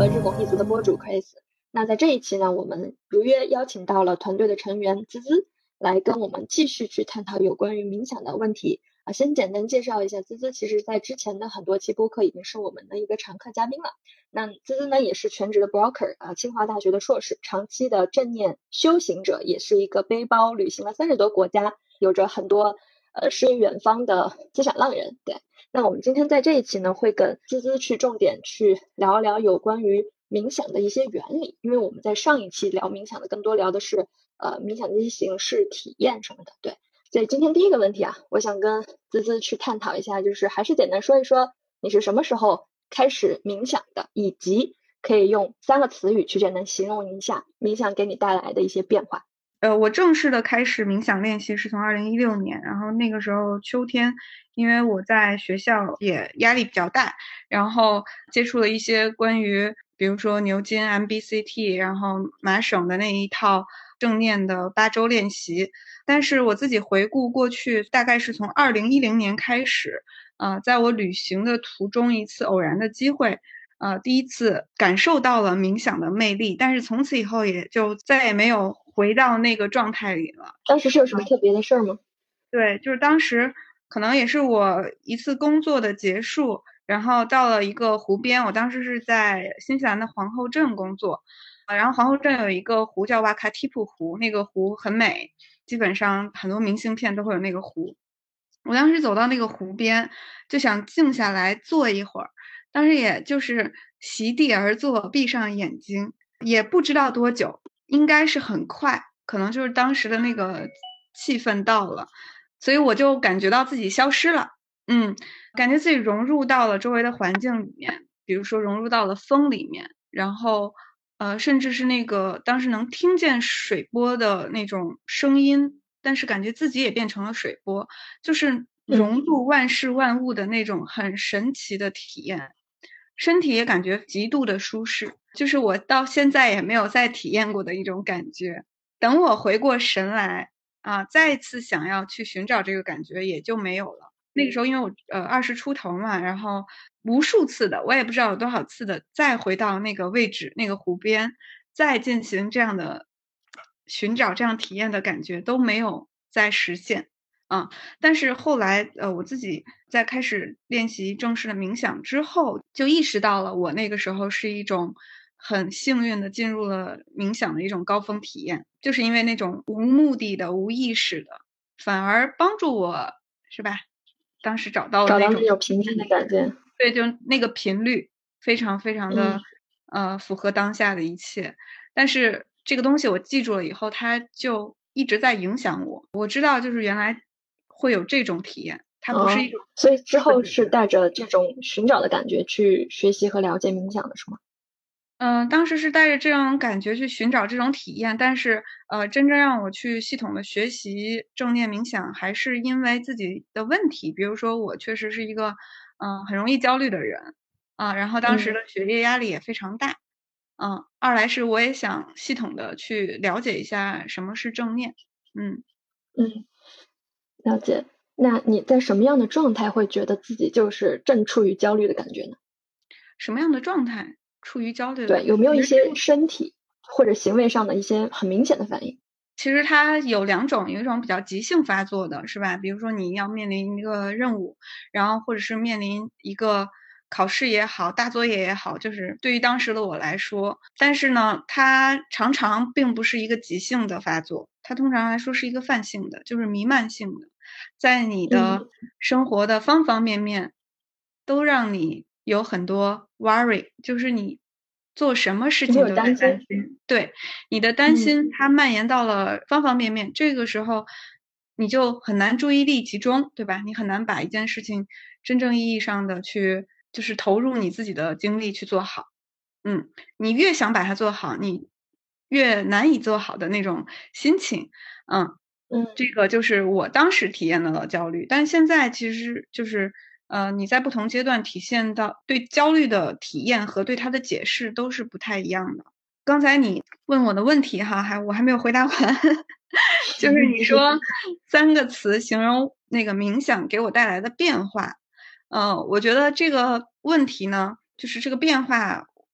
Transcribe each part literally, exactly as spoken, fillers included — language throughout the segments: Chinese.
日拱一卒的播主 Chris。那在这一期呢，我们如约邀请到了团队的成员滋滋来跟我们继续去探讨有关于冥想的问题啊。先简单介绍一下滋滋，其实在之前的很多期播客已经是我们的一个常客嘉宾了。那滋滋呢也是全职的 broker 啊，清华大学的硕士，长期的正念修行者，也是一个背包旅行了三十多国家，有着很多呃诗与远方的思想浪人。对，那我们今天在这一期呢，会跟滋滋去重点去聊一聊有关于冥想的一些原理，因为我们在上一期聊冥想的更多聊的是呃冥想的一些形式、体验什么的。对，所以今天第一个问题啊，我想跟滋滋去探讨一下，就是还是简单说一说你是什么时候开始冥想的，以及可以用三个词语去简单形容一下冥想给你带来的一些变化。 呃，我正式的开始冥想练习是从二零一六年，然后那个时候秋天，因为我在学校也压力比较大，然后接触了一些关于比如说牛津 M B C T， 然后麻省的那一套正念的八周练习。但是我自己回顾过去，大概是从二零一零年开始，呃，在我旅行的途中一次偶然的机会，呃，第一次感受到了冥想的魅力，但是从此以后也就再也没有回到那个状态里了。 当时是有什么特别的事儿吗？ 对，就是当时可能也是我一次工作的结束，然后到了一个湖边，我当时是在新西兰的皇后镇工作，呃，然后皇后镇有一个湖叫瓦卡蒂普湖，那个湖很美，基本上很多明信片都会有那个湖。我当时走到那个湖边，就想静下来坐一会儿，当时也就是席地而坐，闭上眼睛，也不知道多久，应该是很快，可能就是当时的那个气氛到了，所以我就感觉到自己消失了，嗯，感觉自己融入到了周围的环境里面，比如说融入到了风里面，然后呃，甚至是那个当时能听见水波的那种声音，但是感觉自己也变成了水波，就是融入万事万物的那种很神奇的体验，身体也感觉极度的舒适，就是我到现在也没有再体验过的一种感觉。等我回过神来啊，再次想要去寻找这个感觉也就没有了。那个时候因为我呃二十出头嘛，然后无数次的，我也不知道有多少次的再回到那个位置，那个湖边，再进行这样的寻找这样体验的感觉都没有再实现啊。但是后来呃我自己在开始练习正式的冥想之后，就意识到了我那个时候是一种很幸运的进入了冥想的一种高峰体验，就是因为那种无目的的无意识的，反而帮助我，是吧，当时找到了找到那种那种平静的感觉。 对，就那个频率非常非常的、 嗯、 呃符合当下的一切。但是这个东西我记住了以后，它就一直在影响我，我知道就是原来会有这种体验，它不是一种、 哦、所以之后是带着这种寻找的感觉去学习和了解冥想的是吗？ 嗯，当时是带着这种感觉去寻找这种体验，但是呃，真正让我去系统的学习正念冥想，还是因为自己的问题。比如说，我确实是一个嗯、呃很容易焦虑的人啊，然后当时的学业压力也非常大，嗯，二来是我也想系统的去了解一下什么是正念，嗯嗯，了解。那你在什么样的状态会觉得自己就是正处于焦虑的感觉呢？ 什么样的状态处于焦虑的对， 感觉？ 有没有一些身体或者行为上的一些很明显的反应？ 其实它有两种，有一种比较急性发作的，是吧？比如说你要面临一个任务，然后或者是面临一个考试也好，大作业也好，就是对于当时的我来说，但是呢，它常常并不是一个急性的发作，它通常来说是一个泛性的，就是弥漫性的，在你的生活的方方面面都让你有很多 worry，就是你做什么事情都在担心，对，你的担心它蔓延到了方方面面，这个时候你就很难注意力集中，对吧？你很难把一件事情真正意义上的去就是投入你自己的精力去做好。嗯，你越想把它做好，你越难以做好的那种心情，嗯嗯， 这个就是我当时体验到的焦虑，但现在其实就是呃，你在不同阶段体现到对焦虑的体验和对它的解释都是不太一样的。刚才你问我的问题哈，还我还没有回答完，就是你说三个词形容那个冥想给我带来的变化，呃，我觉得这个问题呢，就是这个变化，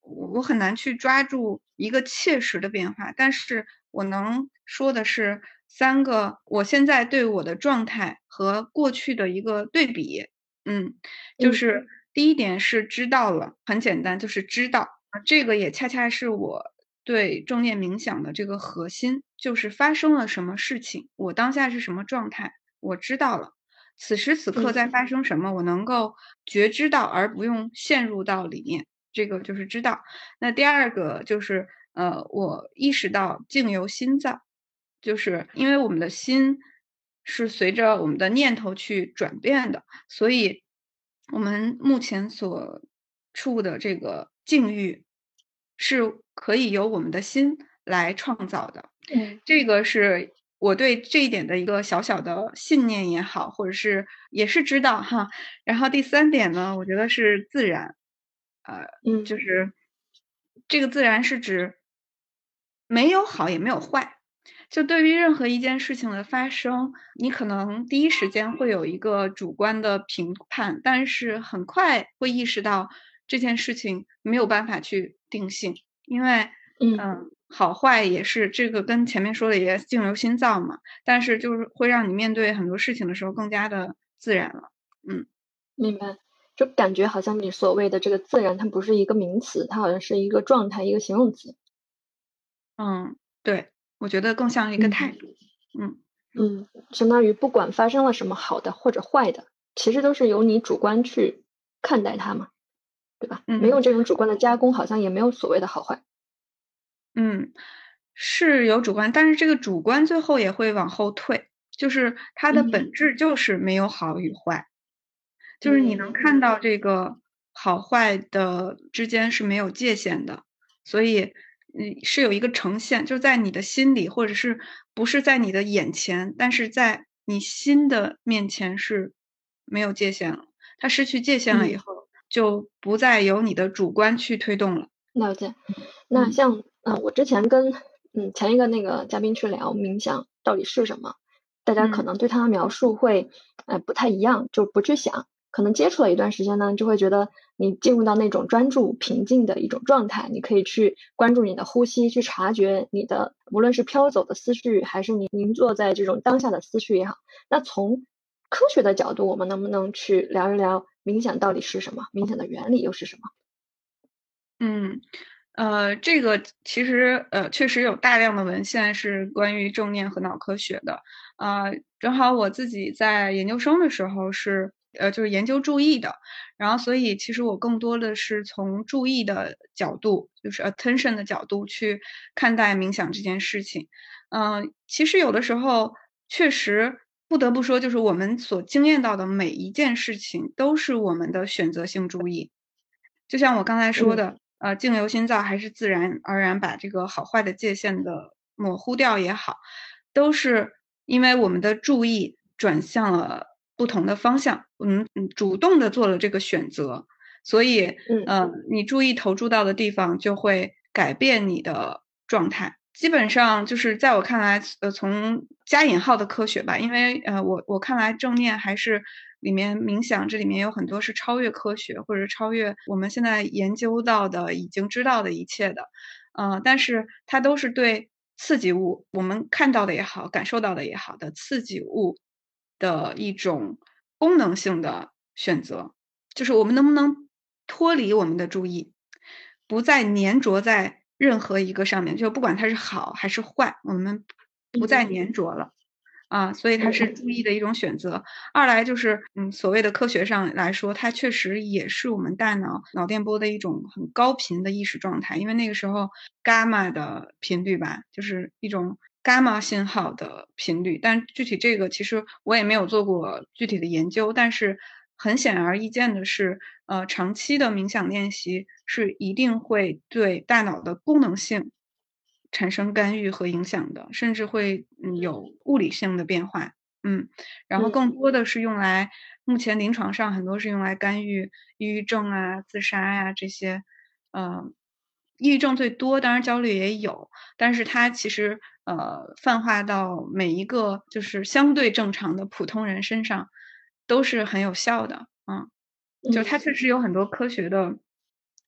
我我很难去抓住一个切实的变化，但是我能说的是三个我现在对我的状态和过去的一个对比。嗯，就嗯是第一点是知道了，很简单，就是知道。啊，这个也恰恰是我对正念冥想的这个核心，就是发生了什么事情，我当下是什么状态，我知道了。此时此刻嗯在发生什么，我能够觉知到，而不用陷入到里面，这个就是知道。那第二个就是，呃，我意识到境由心造，就是因为我们的心是随着我们的念头去转变的，所以我们目前所处的这个境遇是可以由我们的心来创造的。 嗯这个是我对这一点的一个小小的信念也好，或者是也是知道哈。然后第三点呢，我觉得是自然，呃， 嗯就是这个自然是指没有好也没有坏。就对于任何一件事情的发生，你可能第一时间会有一个主观的评判，但是很快会意识到这件事情没有办法去定性，因为嗯。 嗯，好坏也是这个跟前面说的也境由心造嘛，但是就是会让你面对很多事情的时候更加的自然了。嗯。 明白，就感觉好像你所谓的这个自然，它不是一个名词，它好像是一个状态，一个形容词。 嗯，对，我觉得更像一个嗯态度。嗯。 嗯，相当于不管发生了什么好的或者坏的，其实都是由你主观去看待它嘛，对吧？没有嗯。 这种主观的加工，好像也没有所谓的好坏。 嗯，是有主观，但是这个主观最后也会往后退，就是它的嗯本质就是没有好与坏，就是你能嗯看到这个好坏的之间是没有界限的，所以，嗯，是有一个呈现，就在你的心里，或者是不是在你的眼前，但是在你心的面前是没有界限了。它失去界限了以嗯， 后，就不再由你的主观去推动了。 了解。那嗯。 像呃，我之前跟嗯前一个那个嘉宾去聊冥想到底是什么，大家可嗯。 能对它的描述会呃不太一样，就不去想。可能接触了一段时间呢，就会觉得你进入到那种专注平静的一种状态，你可以去关注你的呼吸，去察觉你的无论是飘走的思绪，还是你凝坐在这种当下的思绪也好。那从科学的角度，我们能不能去聊一聊冥想到底是什么？冥想的原理又是什么？ 嗯，呃，这个其实呃，确实有大量的文献是关于正念和脑科学的。啊，正好我自己在研究生的时候是呃，就是研究注意的，然后所以其实我更多的是从注意的角度，就是 attention 的角度去看待冥想这件事情。嗯，其实有的时候确实不得不说，就是我们所经验到的每一件事情都是我们的选择性注意。就像我刚才说嗯的，呃，境由心造还是自然而然把这个好坏的界限的模糊掉也好，都是因为我们的注意转向了不同的方向，嗯嗯，主动的做了这个选择，所以， 嗯呃，你注意投注到的地方就会改变你的状态。基本上就是在我看来，呃，从加引号的科学吧，因为呃，我我看来正念还是里面冥想，这里面有很多是超越科学或者超越我们现在研究到的、已经知道的一切的，呃，但是它都是对刺激物，我们看到的也好，感受到的也好的刺激物的一种功能性的选择，就是我们能不能脱离我们的注意，不再粘着在任何一个上面，就不管它是好还是坏，我们不再嗯粘着了。啊，所以它是嗯注意的一种选择。二来就是，嗯，所谓的科学上来说，它确实也是我们大脑脑电波的一种很高频的意识状态，因为那个时候伽马的频率吧，就是一种伽马信号的频率。但具体这个其实我也没有做过具体的研究，但是很显而易见的是，呃，长期的冥想练习是一定会对大脑的功能性产生干预和影响的，甚至会，嗯，有物理性的变化。嗯，然后嗯更多的是用来目前临床上很多是用来干预抑郁症啊、自杀呀这些。呃，抑郁症最多，当然焦虑也有，但是它其实，呃，泛化到每一个就是相对正常的普通人身上都是很有效的。嗯，就它嗯确实有很多科学的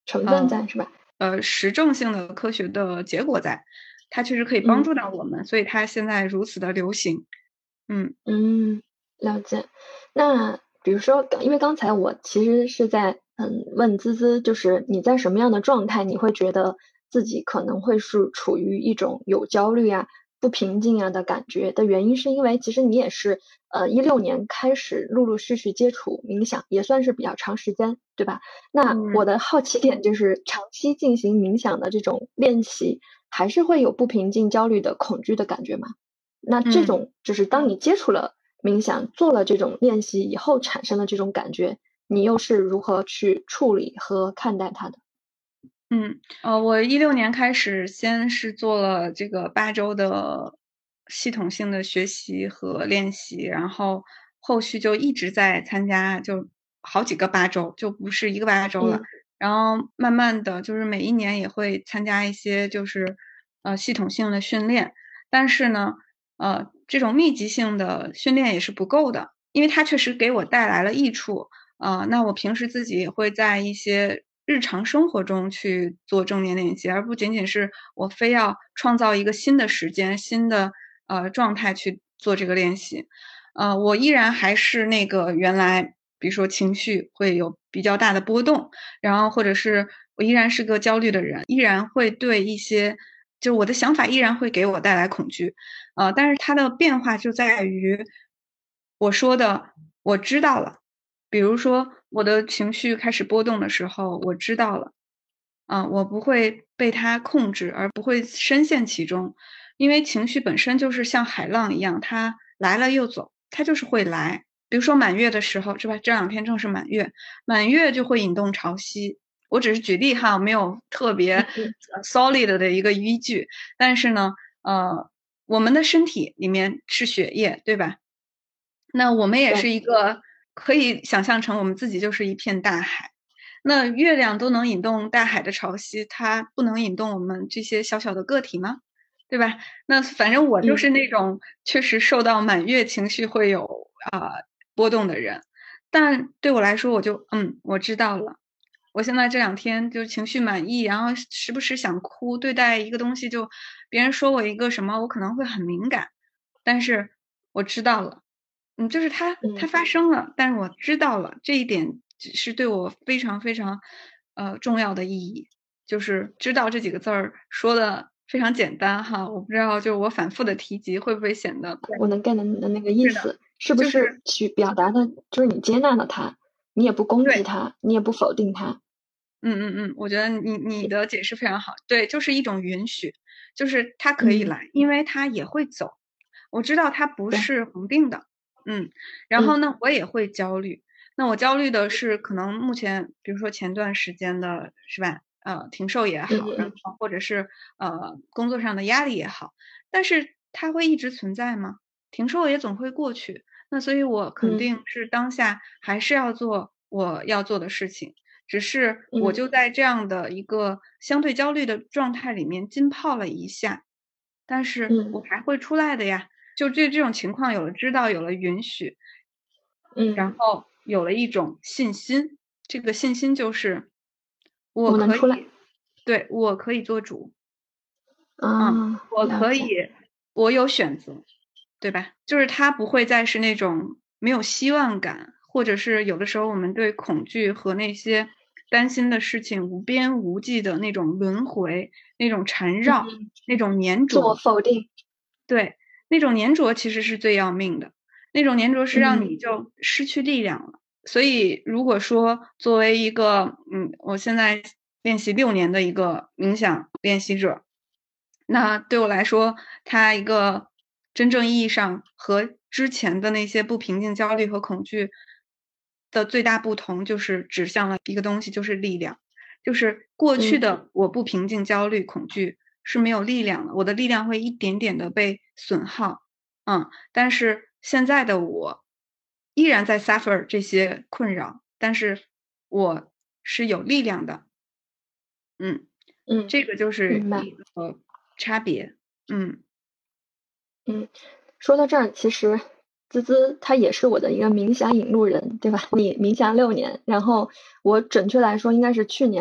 成分在、呃、是吧？ 呃，实证性的科学的结果在，它确实可以帮助到我们，嗯、所以它现在如此的流行。嗯嗯，了解。那比如说，因为刚才我其实是在嗯问滋滋，就是你在什么样的状态，你会觉得自己可能会是处于一种有焦虑啊、不平静啊的感觉的原因，是因为其实你也是呃一六年开始陆陆续续接触冥想，也算是比较长时间，对吧？那我的好奇点就是，长期进行冥想的这种练习，还是会有不平静、焦虑的恐惧的感觉吗？那这种就是当你接触了冥想，做了这种练习以后产生的这种感觉，你又是如何去处理和看待它的？ 嗯，呃，我一六年开始先是做了这个八周的系统性的学习和练习，然后后续就一直在参加，就好几个八周，就不是一个八周了。 嗯、 然后慢慢的就是每一年也会参加一些就是呃系统性的训练，但是呢，呃，这种密集性的训练也是不够的，因为它确实给我带来了益处。啊、呃，那我平时自己也会在一些日常生活中去做正念练习，而不仅仅是我非要创造一个新的时间、新的呃状态去做这个练习。呃，我依然还是那个原来，比如说情绪会有比较大的波动，然后或者是我依然是个焦虑的人，依然会对一些，就是我的想法依然会给我带来恐惧。呃，但是它的变化就在于我说的我知道了。比如说我的情绪开始波动的时候，我知道了，啊、呃，我不会被它控制，而不会深陷其中，因为情绪本身就是像海浪一样，它来了又走，它就是会来。比如说满月的时候，是吧？这两天正是满月，满月就会引动潮汐。我只是举例哈，没有特别 solid 的一个依据，但是呢，呃，我们的身体里面是血液，对吧？那我们也是一个可以想象成我们自己就是一片大海，那月亮都能引动大海的潮汐，它不能引动我们这些小小的个体吗？对吧？那反正我就是那种确实受到满月情绪会有啊、呃、波动的人，但对我来说，我就嗯我知道了。我现在这两天就情绪满意，然后时不时想哭，对待一个东西就别人说我一个什么，我可能会很敏感，但是我知道了。嗯，就是它它发生了，但是我知道了这一点是对我非常非常呃重要的意义，就是知道这几个字儿说的非常简单哈，我不知道就我反复的提及会不会显得我能 get 你的那个意思，是不是去表达的就是你接纳了它，你也不攻击它，你也不否定它。 嗯嗯嗯，我觉得你你的解释非常好，对，就是一种允许，就是它可以来，嗯、因为它也会走，我知道它不是恒定的。嗯，然后呢，我也会焦虑。那我焦虑的是，可能目前，比如说前段时间的，是吧？呃，停售也好，然后或者是呃工作上的压力也好，但是它会一直存在吗？停售也总会过去。那所以我肯定是当下还是要做我要做的事情，只是我就在这样的一个相对焦虑的状态里面浸泡了一下，但是我还会出来的呀。就对这种情况有了知道，有了允许， 嗯， 然后有了一种信心。这个信心就是我可以，对，我可以做主。 嗯， 我可以，我有选择，对吧？就是它不会再是那种没有希望感，或者是有的时候我们对恐惧和那些担心的事情无边无际的那种轮回、那种缠绕、 嗯、 那种粘着。 自我否定。 对，那种粘着其实是最要命的，那种粘着是让你就失去力量了。嗯、所以如果说作为一个嗯，我现在练习六年的一个冥想练习者，那对我来说，它一个真正意义上和之前的那些不平静、焦虑和恐惧的最大不同，就是指向了一个东西，就是力量。就是过去的我不平静、焦虑、恐惧是没有力量的，我的力量会一点点的被损耗，嗯，但是现在的我依然在 suffer 这些困扰，但是我是有力量的，嗯嗯， 这个就是一个差别，嗯嗯，说到这儿，其实滋滋他也是我的一个冥想引路人，对吧？你冥想六年，然后我准确来说应该是去年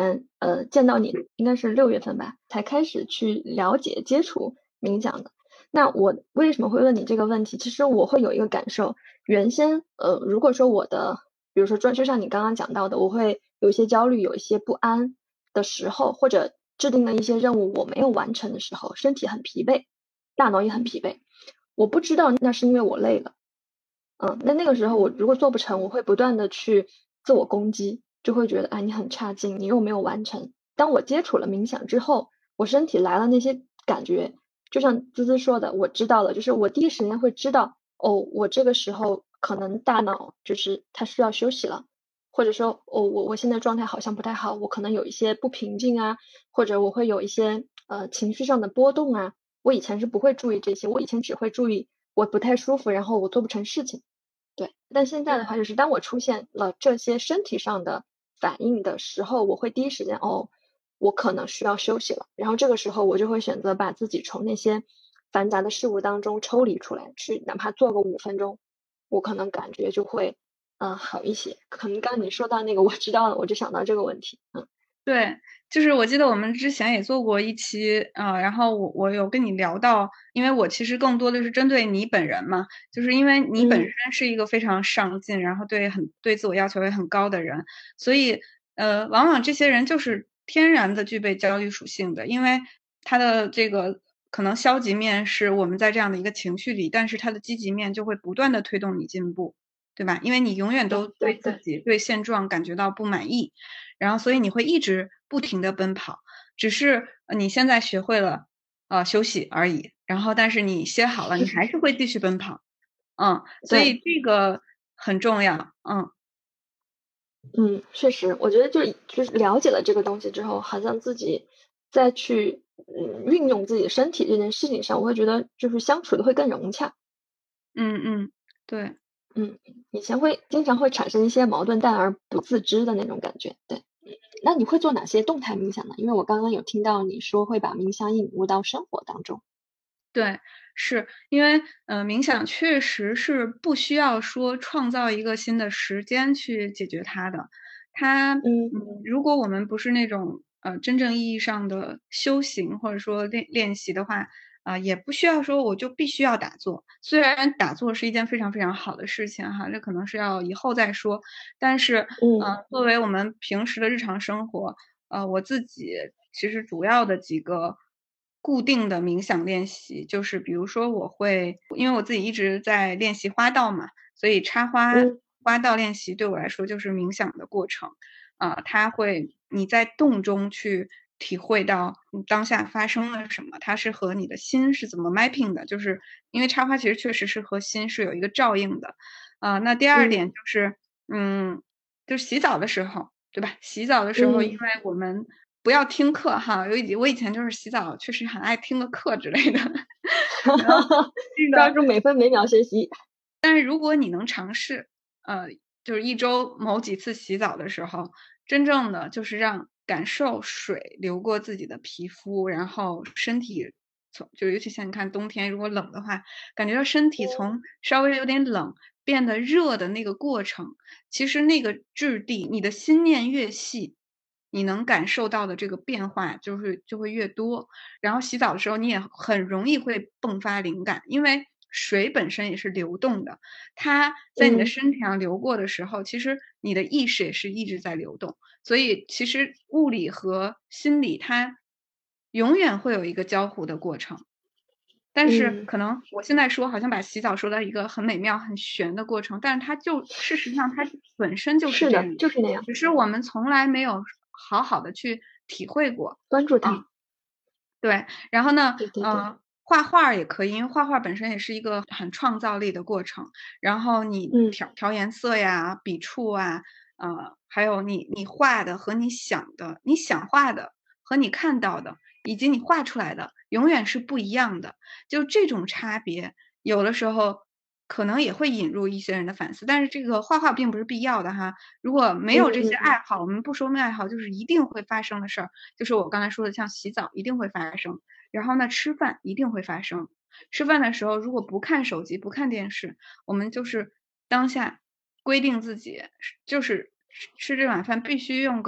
呃见到你应该是六月份吧，才开始去了解接触冥想的。那我为什么会问你这个问题？其实我会有一个感受，原先呃如果说我的比如说专就像你刚刚讲到的，我会有一些焦虑，有一些不安的时候，或者制定的一些任务我没有完成的时候，身体很疲惫，大脑也很疲惫，我不知道那是因为我累了。嗯，那那个时候我如果做不成，我会不断的去自我攻击，就会觉得哎你很差劲，你又没有完成。当我接触了冥想之后，我身体来了那些感觉，就像滋滋说的，我知道了，就是我第一时间会知道，哦，我这个时候可能大脑就是它需要休息了，或者说哦我我现在状态好像不太好，我可能有一些不平静啊，或者我会有一些呃情绪上的波动啊，我以前是不会注意这些，我以前只会注意我不太舒服，然后我做不成事情。对，但现在的话，就是当我出现了这些身体上的反应的时候，我会第一时间哦，我可能需要休息了。然后这个时候，我就会选择把自己从那些繁杂的事物当中抽离出来，去哪怕做个五分钟，我可能感觉就会嗯、呃好一些。可能刚刚你说到那个，我知道了，我就想到这个问题。嗯对，就是我记得我们之前也做过一期，呃，然后我我有跟你聊到，因为我其实更多的是针对你本人嘛，就是因为你本嗯身是一个非常上进，然后对很对自我要求也很高的人，所以呃，往往这些人就是天然的具备焦虑属性的，因为他的这个可能消极面是我们在这样的一个情绪里，但是他的积极面就会不断的推动你进步，对吧？因为你永远都对自对对对， 己对现状感觉到不满意。然后所以你会一直不停的奔跑，只是呃你现在学会了呃休息而已，然后但是你歇好了，你还是会继续奔跑，嗯，所以对。 这个很重要，嗯嗯，确实，我觉得就就是了解了这个东西之后，好像自己再去嗯运用自己的身体这件事情上，我会觉得就是相处的会更融洽。 嗯嗯，对。 嗯，以前会经常会产生一些矛盾，但而不自知的那种感觉。对，那你会做哪些动态冥想呢？因为我刚刚有听到你说会把冥想引入到生活当中。 对，是因为呃，冥想确实是不需要说创造一个新的时间去解决它的。它， 嗯嗯，如果我们不是那种呃真正意义上的修行或者说练练习的话，啊、也不需要说我就必须要打坐。虽然打坐是一件非常非常好的事情哈，这可能是要以后再说。但是， 嗯呃，作为我们平时的日常生活，呃，我自己其实主要的几个固定的冥想练习，就是比如说我会，因为我自己一直在练习花道嘛，所以插花嗯花道练习对我来说就是冥想的过程。啊、它会你在动中去体会到你当下发生了什么，它是和你的心是怎么 mapping 的，就是因为插花其实确实是和心是有一个照应的。啊、那第二嗯点就是，嗯，就是洗澡的时候，对吧？洗澡的时候，因为嗯， 我们不要听课哈，有以我以前就是洗澡确实很爱听个课之类的，然后这抓个住每分每秒学习。 但是如果你能尝试，呃，就是一周某几次洗澡的时候，真正的就是让感受水流过自己的皮肤，然后身体从就尤其像你看冬天如果冷的话，感觉到身体从稍微有点冷变得热的那个过程，其实那个质地，你的心念越细，你能感受到的这个变化就是就会越多。然后洗澡的时候，你也很容易会迸发灵感，因为水本身也是流动的，它在你的嗯身体上流过的时候，其实你的意识也是一直在流动。所以其实物理和心理它永远会有一个交互的过程。但是嗯， 可能我现在说好像把洗澡说到一个很美妙、很玄的过程，但是它就事实上它本身就是是的， 这样的， 就是那样， 只是我们从来没有好好的去体会过。啊。 关注它。 对，然后呢， 对对对， 呃，画画儿也可以，因为画画本身也是一个很创造力的过程。然后你嗯调调颜色呀、笔触啊，呃，还有你你画的和你想的，你想画的和你看到的，以及你画出来的，永远是不一样的。就这种差别，有的时候可能也会引入一些人的反思，但是这个画画并不是必要的哈。如果没有这些嗯嗯嗯爱好，我们不说明爱好，就是一定会发生的事儿。就是我刚才说的，像洗澡一定会发生，然后呢，吃饭一定会发生。吃饭的时候如果不看手机、不看电视，我们就是当下规定自己，就是吃吃这碗饭必须用个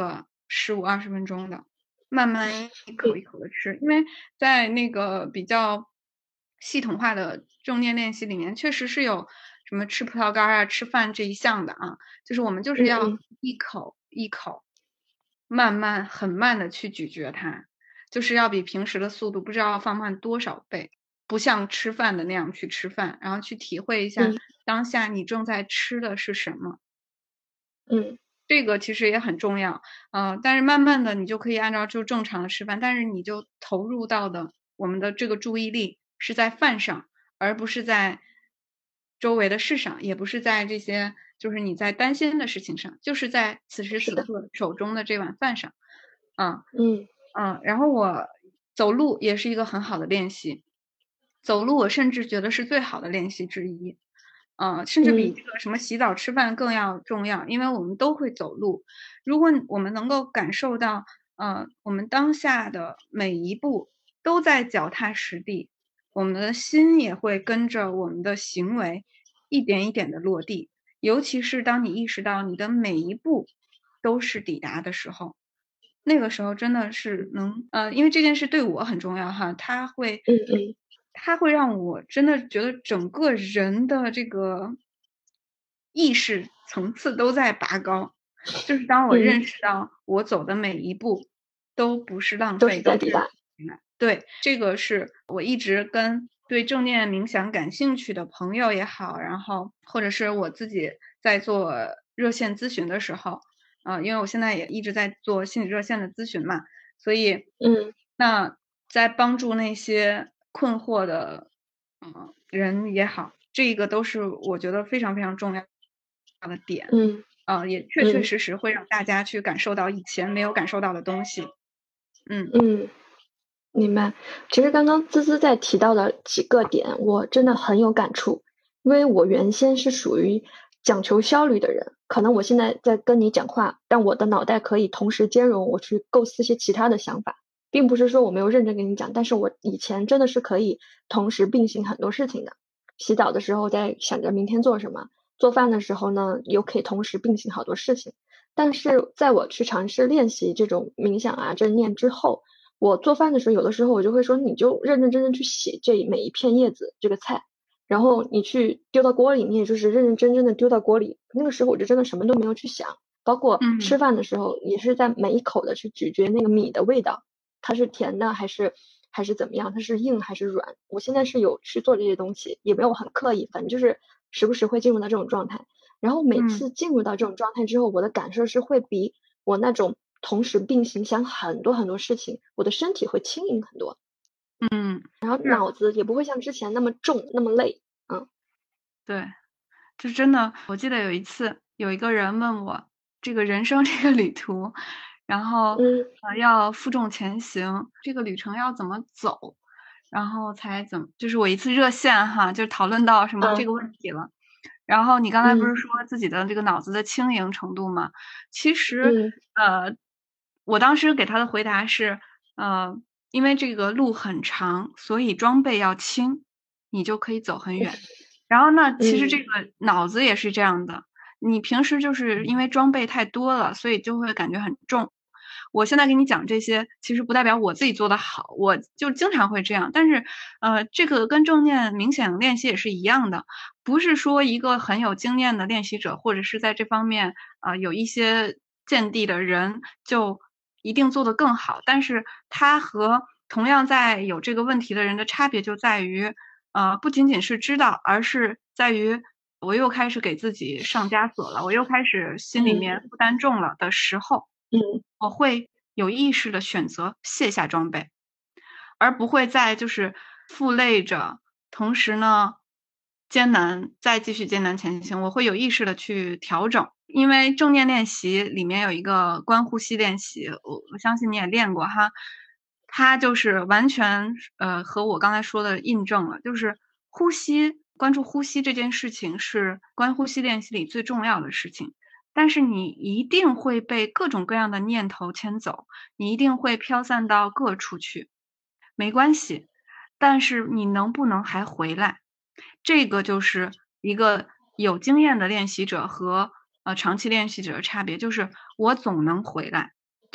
十五二十分钟的，慢慢一口一口的吃。因为在那个比较系统化的正念练习里面，确实是有什么吃葡萄干啊、吃饭这一项的啊，就是我们就是要一口一口慢慢很慢的去咀嚼它，就是要比平时的速度不知道要放慢多少倍，不像吃饭的那样去吃饭，然后去体会一下当下你正在吃的是什么。 嗯， 这个其实也很重要，呃，但是慢慢的你就可以按照就正常的吃饭，但是你就投入到的我们的这个注意力是在饭上，而不是在周围的事上，也不是在这些就是你在担心的事情上，就是在此时此刻手中的这碗饭上。啊， 嗯嗯，然后我走路也是一个很好的练习，走路我甚至觉得是最好的练习之一。呃，甚至比这个什么洗澡吃饭更要重要，因为我们都会走路。如果我们能够感受到，呃，我们当下的每一步都在脚踏实地，我们的心也会跟着我们的行为一点一点的落地。尤其是当你意识到你的每一步都是抵达的时候，那个时候真的是能呃，因为这件事对我很重要哈，它会嗯嗯， 它会让我真的觉得整个人的这个意识层次都在拔高。就是当我认识到我走的每一步都不是浪都费，都是是在抵达。 对，这个是我一直跟对正念冥想感兴趣的朋友也好，然后或者是我自己在做热线咨询的时候，呃，因为我现在也一直在做心理热线的咨询嘛，所以嗯， 那在帮助那些困惑的呃人也好，这个都是我觉得非常非常重要的点。 嗯呃，也确确实实会让大家去感受到以前没有感受到的东西。嗯嗯，明白。其实刚刚滋滋在提到的几个点，我真的很有感触，因为我原先是属于讲求效率的人，可能我现在在跟你讲话，让我的脑袋可以同时兼容我去构思一些其他的想法，并不是说我没有认真跟你讲，但是我以前真的是可以同时并行很多事情的。洗澡的时候在想着明天做什么，做饭的时候呢，又可以同时并行好多事情。但是在我去尝试练习这种冥想啊、正念之后，我做饭的时候，有的时候我就会说，你就认认真真去洗这每一片叶子这个菜，然后你去丢到锅里，你也就是认认真真的丢到锅里。那个时候我就真的什么都没有去想，包括吃饭的时候，也是在每一口的去咀嚼那个米的味道，它是甜的还是还是怎么样，它是硬还是软。我现在是有去做这些东西，也没有很刻意，反正就是时不时会进入到这种状态。然后每次进入到这种状态之后，我的感受是会比我那种同时并行想很多很多事情，我的身体会轻盈很多， 嗯， 然后脑子也不会像之前那么重那么累。嗯， 对，就真的，我记得有一次有一个人问我这个人生这个旅途，然后嗯呃要负重前行，这个旅程要怎么走，然后才怎么，就是我一次热线哈，就讨论到什么这嗯个问题了。然后你刚才不是嗯说自己的这个脑子的轻盈程度吗？其实， 嗯呃，我当时给他的回答是，呃，因为这个路很长，所以装备要轻，你就可以走很远。然后那其实这嗯个脑子也是这样的，你平时就是因为装备太多了，所以就会感觉很重。我现在给你讲这些，其实不代表我自己做得好，我就经常会这样。但是，呃，这个跟正念冥想练习也是一样的，不是说一个很有经验的练习者，或者是在这方面呃有一些见地的人，就一定做得更好。但是他和同样在有这个问题的人的差别就在于，呃，不仅仅是知道，而是在于我又开始给自己上枷锁了，我又开始心里面负担重了的时候。 嗯我会有意识的选择卸下装备，而不会再就是负累着，同时呢，艰难再继续艰难前行，我会有意识的去调整。因为正念练习里面有一个观呼吸练习，我我相信你也练过哈，它就是完全呃和我刚才说的印证了，就是呼吸，关注呼吸这件事情是观呼吸练习里最重要的事情。但是你一定会被各种各样的念头牵走，你一定会飘散到各处去，没关系，但是你能不能还回来？这个就是一个有经验的练习者和呃长期练习者的差别，就是我总能回来，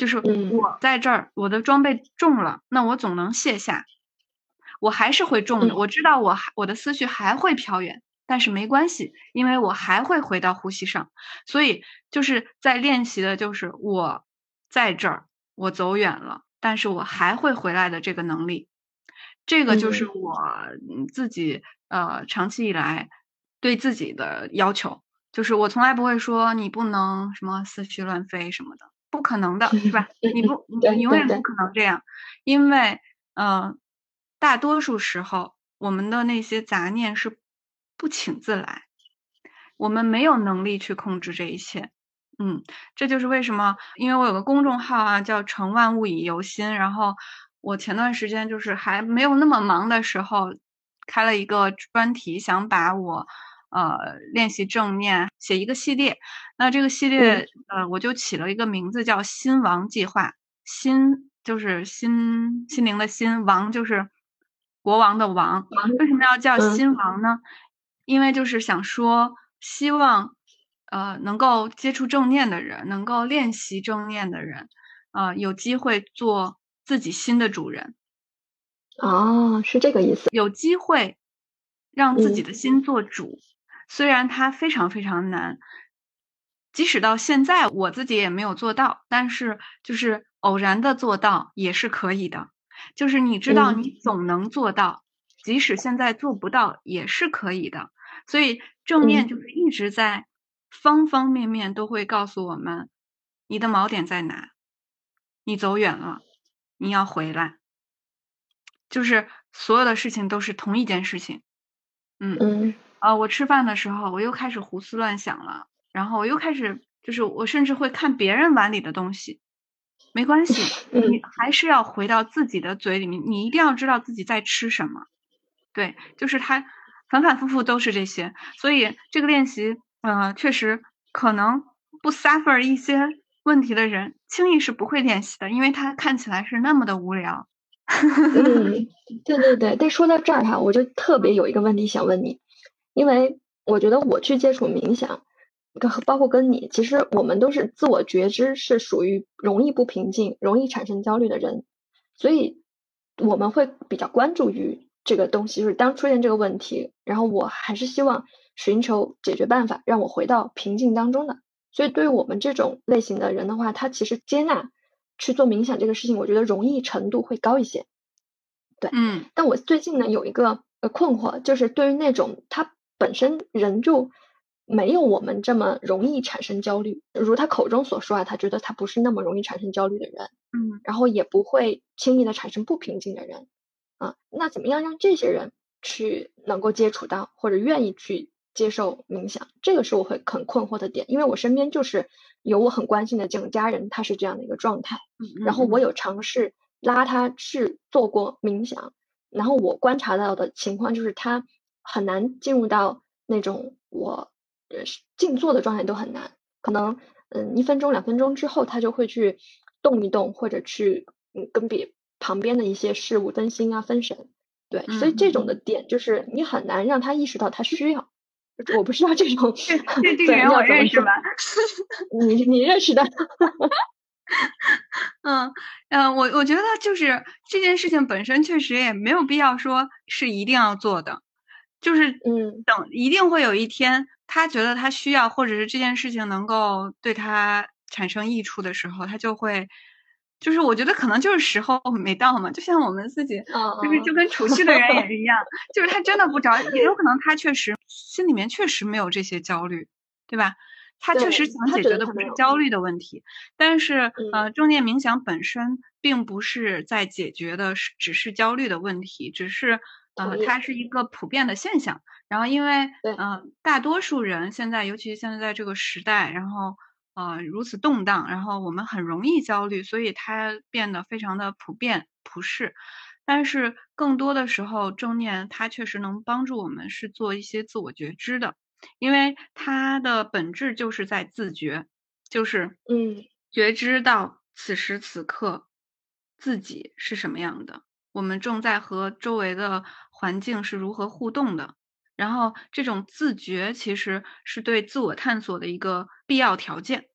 就是嗯我在这儿，我的装备重了，那我总能卸下，我还是会重的， 嗯我知道我还我的思绪还会飘远，但是没关系，因为我还会回到呼吸上。所以就是在练习的就是我在这儿，我走远了，但是我还会回来的这个能力。这个就是嗯我嗯自己呃长期以来对自己的要求，就是我从来不会说你不能什么思绪乱飞什么的，不可能的，是吧？ 嗯嗯， 你不你对对对， 永远不可能这样，因为呃大多数时候我们的那些杂念是不请自来，我们没有能力去控制这一切。嗯，这就是为什么，因为我有个公众号啊，叫“成万物以游心”，然后我前段时间就是还没有那么忙的时候，开了一个专题，想把我呃练习正念写一个系列。那这个系列呃，我就起了一个名字叫“心王计划”，心就是心心灵的心，王就是国王的王。为什么要叫嗯心王呢？因为就是想说，希望呃能够接触正念的人，能够练习正念的人，呃有机会做自己心的主人， 哦，是这个意思。 有机会让自己嗯的心做主。虽然它非常非常难，即使到现在我自己也没有做到，但是就是偶然的做到也是可以的。就是你知道嗯你总能做到，即使现在做不到也是可以的。所以正念嗯就是一直在方方面面都会告诉我们，你的锚点在哪，你走远了，你要回来，就是所有的事情都是同一件事情。嗯。 嗯呃，我吃饭的时候，我又开始胡思乱想了，然后我又开始就是我甚至会看别人碗里的东西，没关系，你嗯还是要回到自己的嘴里面，你一定要知道自己在吃什么。对，就是它反反复复都是这些，所以这个练习，呃，确实可能不 suffer 一些问题的人，轻易是不会练习的，因为它看起来是那么的无聊。 嗯，对对对。但说到这儿哈，我就特别有一个问题想问你，因为我觉得我去接触冥想，跟包括跟你，其实我们都是自我觉知是属于容易不平静、容易产生焦虑的人，所以我们会比较关注于这个东西，就是当出现这个问题，然后我还是希望寻求解决办法，让我回到平静当中的。所以对于我们这种类型的人的话，他其实接纳去做冥想这个事情，我觉得容易程度会高一些。对， 嗯但我最近呢有一个呃困惑，就是对于那种他本身人就没有我们这么容易产生焦虑，如他口中所说啊，他觉得他不是那么容易产生焦虑的人， 嗯。 然后也不会轻易的产生不平静的人啊，那怎么样让这些人去能够接触到或者愿意去接受冥想？这个是我会很困惑的点，因为我身边就是有我很关心的这种家人，他是这样的一个状态。 嗯然后我嗯有尝试拉他去做过冥想，然后我观察到的情况就是他很难进入到那种我呃静坐的状态都很难，可能嗯一分钟两分钟之后他就会去动一动，或者去嗯跟别旁边的一些事物分心啊分神，对，所嗯以这种的嗯嗯。 点就是你很难让他意识到他需要，我不知道这种这这这个对人我要怎么做， 认识吧？ 你你认识的， 嗯，呃，我我觉得就是这件事情本身确实也没有必要说是一定要做的，就是嗯等一定会有一天他觉得他需要，或者是这件事情能够对他产生益处的时候，他就会，就是我觉得可能就是时候没到嘛，就像我们自己， 啊就是啊， 就跟储蓄的人也是一样，就是他真的不着，也有可能他确实心里面确实没有这些焦虑，对吧？他确实对想他觉解决的不得他没有， 是焦虑的问题，但是嗯。 呃，正念冥想本身并不是在解决的是只是焦虑的问题，只是呃， 同意， 它是一个普遍的现象。然后因为对， 呃，大多数人现在，尤其现在在这个时代，然后呃如此动荡，然后我们很容易焦虑，所以它变得非常的普遍普世。但是更多的时候，正念它确实能帮助我们是做一些自我觉知的。因为它的本质就是在自觉，就是嗯觉知到此时此刻自己是什么样的，我们正在和周围的环境是如何互动的。然后这种自觉其实是对自我探索的一个必要条件。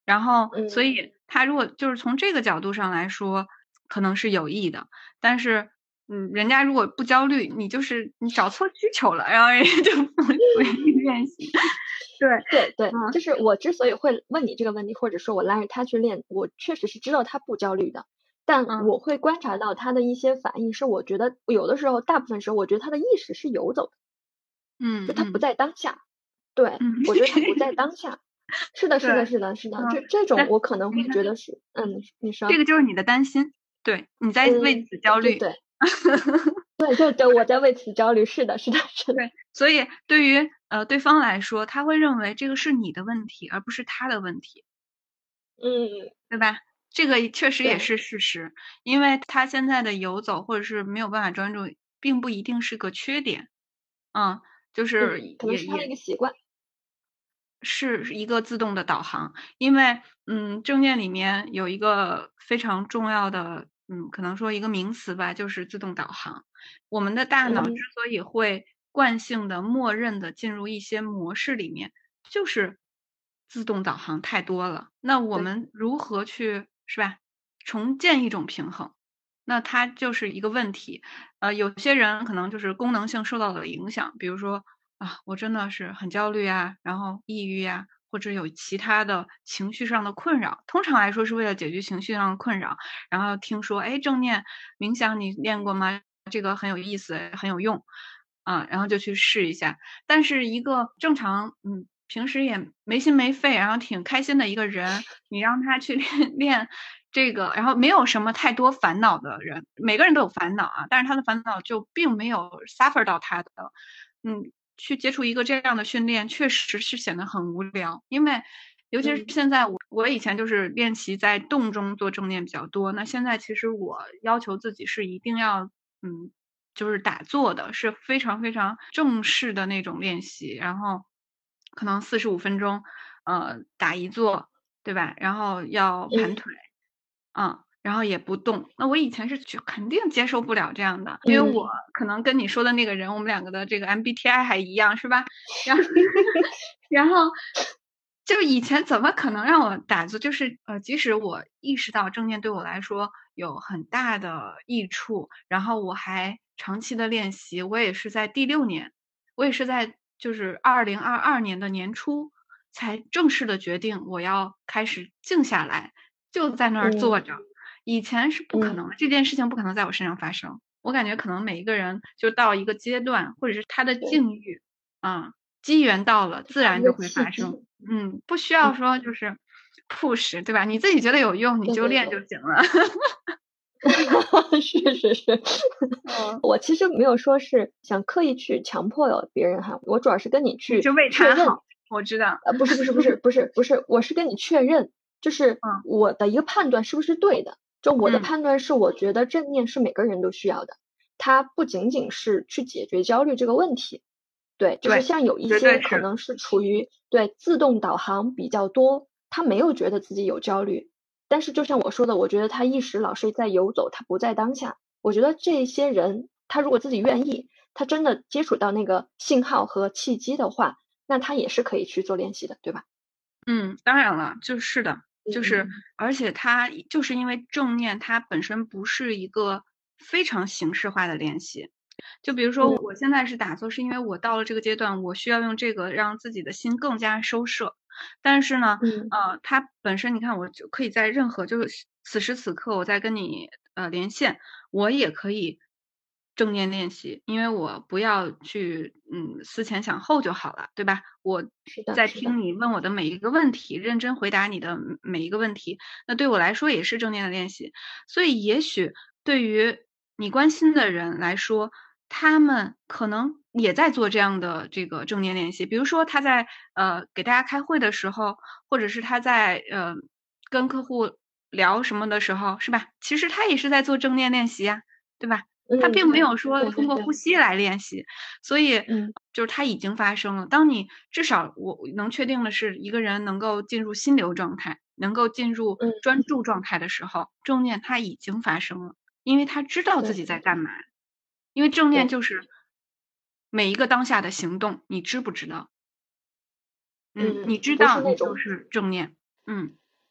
然后所嗯， 以他如果就是从这个角度上来说，可能是有益的。但是，嗯，人家如果不焦虑，你就是你找错需求了，然后人家就不不愿意练习。对， 对对， 嗯就是我之所以会问你这个问题，或者说我拉着他去练，我确实是知道他不焦虑的，但嗯我会观察到他的一些反应，是我觉得有的时候，大部分时候，我觉得他的意识是游走的，就他不嗯嗯在当下。对， 嗯， 我觉得他不在当下。是的， 对， 是的，是的，是的， 嗯， 这这种那我可能会你看觉得是，嗯，你说， 这个就是你的担心，对，你在为嗯， 此焦虑。 对对对对对对，我在为此焦虑。是的，是的，是的， 对，所以对于呃对方来说，他会认为这个是你的问题，而不是他的问题。 嗯， 对吧？这个确实也对， 是事实，因为他现在的游走或者是没有办法专注，并不一定是个缺点，嗯，就是嗯，可能是他的一也也个习惯。 是一个自动的导航。因为嗯，正念里面有一个非常重要的，嗯，可能说一个名词吧，就是自动导航。我们的大脑之嗯所以会惯性的、默认的进入一些模式里面，就是自动导航太多了。那我对， 们如何去，是吧，重建一种平衡？那它就是一个问题。呃，有些人可能就是功能性受到了影响，比如说啊，我真的是很焦虑啊，然后抑郁呀，或者有其他的情绪上的困扰。通常来说是为了解决情绪上的困扰，然后听说，哎，正念冥想你练过吗？这个很有意思，很有用，啊，然后就去试一下。但是一个正常，嗯，平时也没心没肺，然后挺开心的一个人，你让他去练练这个，然后没有什么太多烦恼的人，每个人都有烦恼啊，但是他的烦恼就并没有 suffer 到他的，嗯，去接触一个这样的训练，确实是显得很无聊。因为尤其是嗯现在我我以前就是练习在动中做正念比较多，那现在其实我要求自己是一定要，嗯，就是打坐的，是非常非常正式的那种练习，然后可能四十五分钟，呃，打一坐，对吧？然后要盘嗯腿，嗯，然后也不动。那我以前是去肯定接受不了这样的，因为我嗯， 可能跟你说的那个人，我们两个的这个 M B T I 还一样，是吧？然后然后就以前怎么可能让我打坐？就是呃，即使我意识到正念对我来说有很大的益处，然后我还长期的练习，我也是在第六年，我也是在就是二零二二年的年初才正式的决定我要开始静下来，就在那儿坐嗯着。以前是不可嗯， 能的，这件事情不可能在我身上发生。我感觉可能每一个人就到一个阶段，或者是他的对， 境遇，啊，机缘到了，自然就到一个会发生。 契机。 嗯，不需嗯， 要说就是 push，对吧？你自己觉得有用，你就练就对对对。 行了。 是是是， 嗯， 我其实没有说是想刻意去强迫有别人哈，我主要是跟你去你是为确认。 他好，我知道。 呃，不是不是不是不是不是，我是跟你确认，就是嗯我的一个判断是不是对的。就我的嗯， 判断是，我觉得正念是每个人都需要的，它不仅仅是去解决焦虑这个问题。对，就是对， 像有一绝对是。 些可能是处于对自动导航比较多，他没有觉得自己有焦虑，但是就像我说的，我觉得他意识老是在游走，他不在当下。我觉得这些人，他如果自己愿意，他真的接触到那个信号和契机的话，那他也是可以去做练习的，对吧？ 嗯，当然了，就是的，就是嗯而且它就是因为正念它本身不是一个非常形式化的练习。就比如说嗯我现在是打坐，是因为我到了这个阶段，我需要用这个让自己的心更加收摄。但是呢， 嗯呃，它本身你看我就可以在任何就是此时此刻我在跟你呃连线，我也可以正念练习，因为我不要去嗯思前想后就好了，对吧？我是的， 在是的， 听你问我的每一个问题，认真回答你的每一个问题，那对我来说也是正念的练习。所以也许对于你关心的人来说，他们可能也在做这样的这个正念练习。比如说他在呃给大家开会的时候，或者是他在呃跟客户聊什么的时候，是吧？其实他也是在做正念练习呀，对吧？他嗯， 并没对有说通对对对， 过呼吸来练习，所以嗯就是它已经发生了。当你至少我能确定的是，一个人能够进入心流状态，能够进入嗯， 专注状态的时候，正念它已经发生了，因为他知道自对己在干嘛。因为正念对， 就是每一个当下的行动，你知不知道？嗯，你嗯， 知不是道你就那种是正念。嗯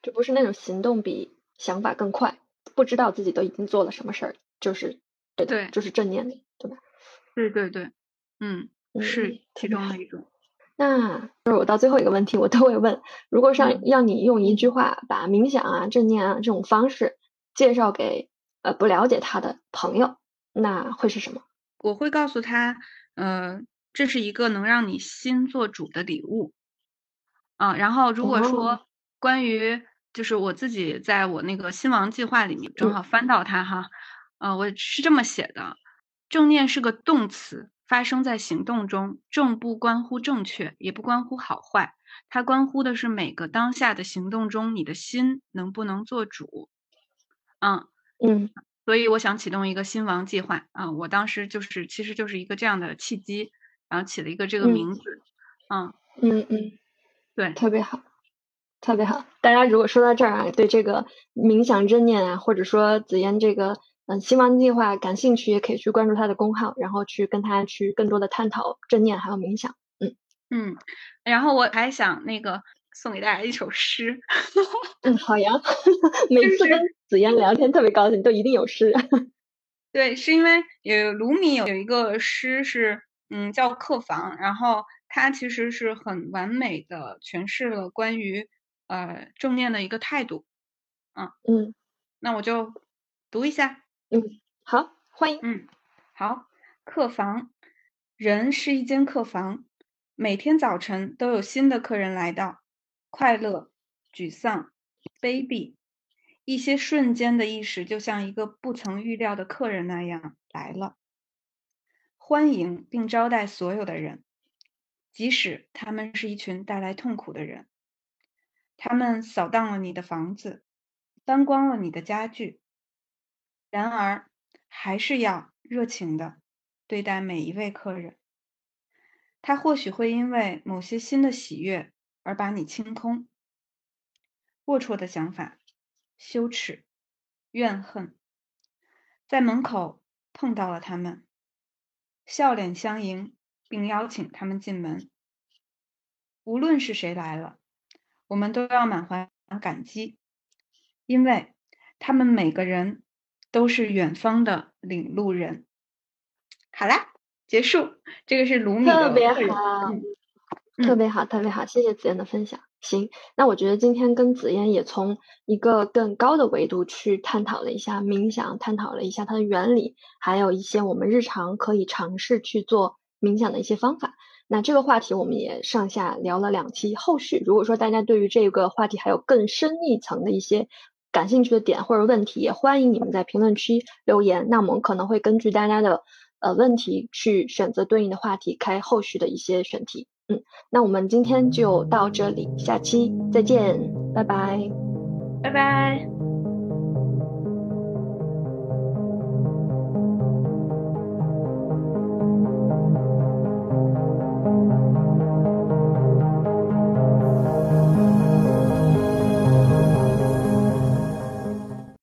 就不是那种行动比想法更快，不知道自己都已经做了什么事儿，就是对的， 对， 就是正念的，对吧？ 对对对，嗯，是其中的一种。 那就是我到最后一个问题我都会问，如果让让你用一句话把冥想啊、正念啊这种方式介绍给呃不了解他的朋友，那会是什么？ 我会告诉他，呃，这是一个能让你心做主的礼物。啊，然后如果说关于就是我自己在我那个新王计划里面正好翻到它哈，呃，我是这么写的：正念是个动词，发生在行动中，正不关乎正确，也不关乎好坏，它关乎的是每个当下的行动中，你的心能不能做主。嗯嗯， 所以我想启动一个新王计划啊，我当时就是其实就是一个这样的契机，然后起了一个这个名字。嗯嗯嗯， 对， 特别好。特别好，大家如果说到这儿啊，对这个冥想正念啊，或者说子嫣这个嗯新王计划感兴趣，也可以去关注他的公号，然后去跟他去更多的探讨正念还有冥想。嗯嗯，然后我还想那个送给大家一首诗。 嗯，好呀，每次跟子嫣聊天特别高兴，都一定有诗。 对，是因为有卢米有有一个诗是嗯叫客房，然后它其实是很完美的诠释了关于呃正念的一个态度。嗯嗯， 那我就读一下。 嗯，好，欢迎。 嗯，好，客房，人是一间客房，每天早晨都有新的客人来到，快乐、沮丧、卑鄙，一些瞬间的意识就像一个不曾预料的客人那样来了，欢迎并招待所有的人，即使他们是一群带来痛苦的人。他们扫荡了你的房子，搬光了你的家具，然而还是要热情的对待每一位客人。他或许会因为某些新的喜悦而把你清空。龌龊的想法、羞耻、怨恨，在门口碰到了他们，笑脸相迎，并邀请他们进门。无论是谁来了，我们都要满怀感激，因为他们每个人都是远方的领路人。好啦，结束。这个是卢米的特别客人。 好， 嗯特别好，特别好，谢谢子嫣的分享。行，那我觉得今天跟子嫣也从一个更高的维度去探讨了一下冥想，探讨了一下它的原理，还有一些我们日常可以尝试去做冥想的一些方法。那这个话题我们也上下聊了两期，后续如果说大家对于这个话题还有更深一层的一些感兴趣的点或者问题，也欢迎你们在评论区留言。那我们可能会根据大家的呃问题去选择对应的话题，开后续的一些选题。嗯，那我们今天就到这里，下期再见，拜拜， 拜拜。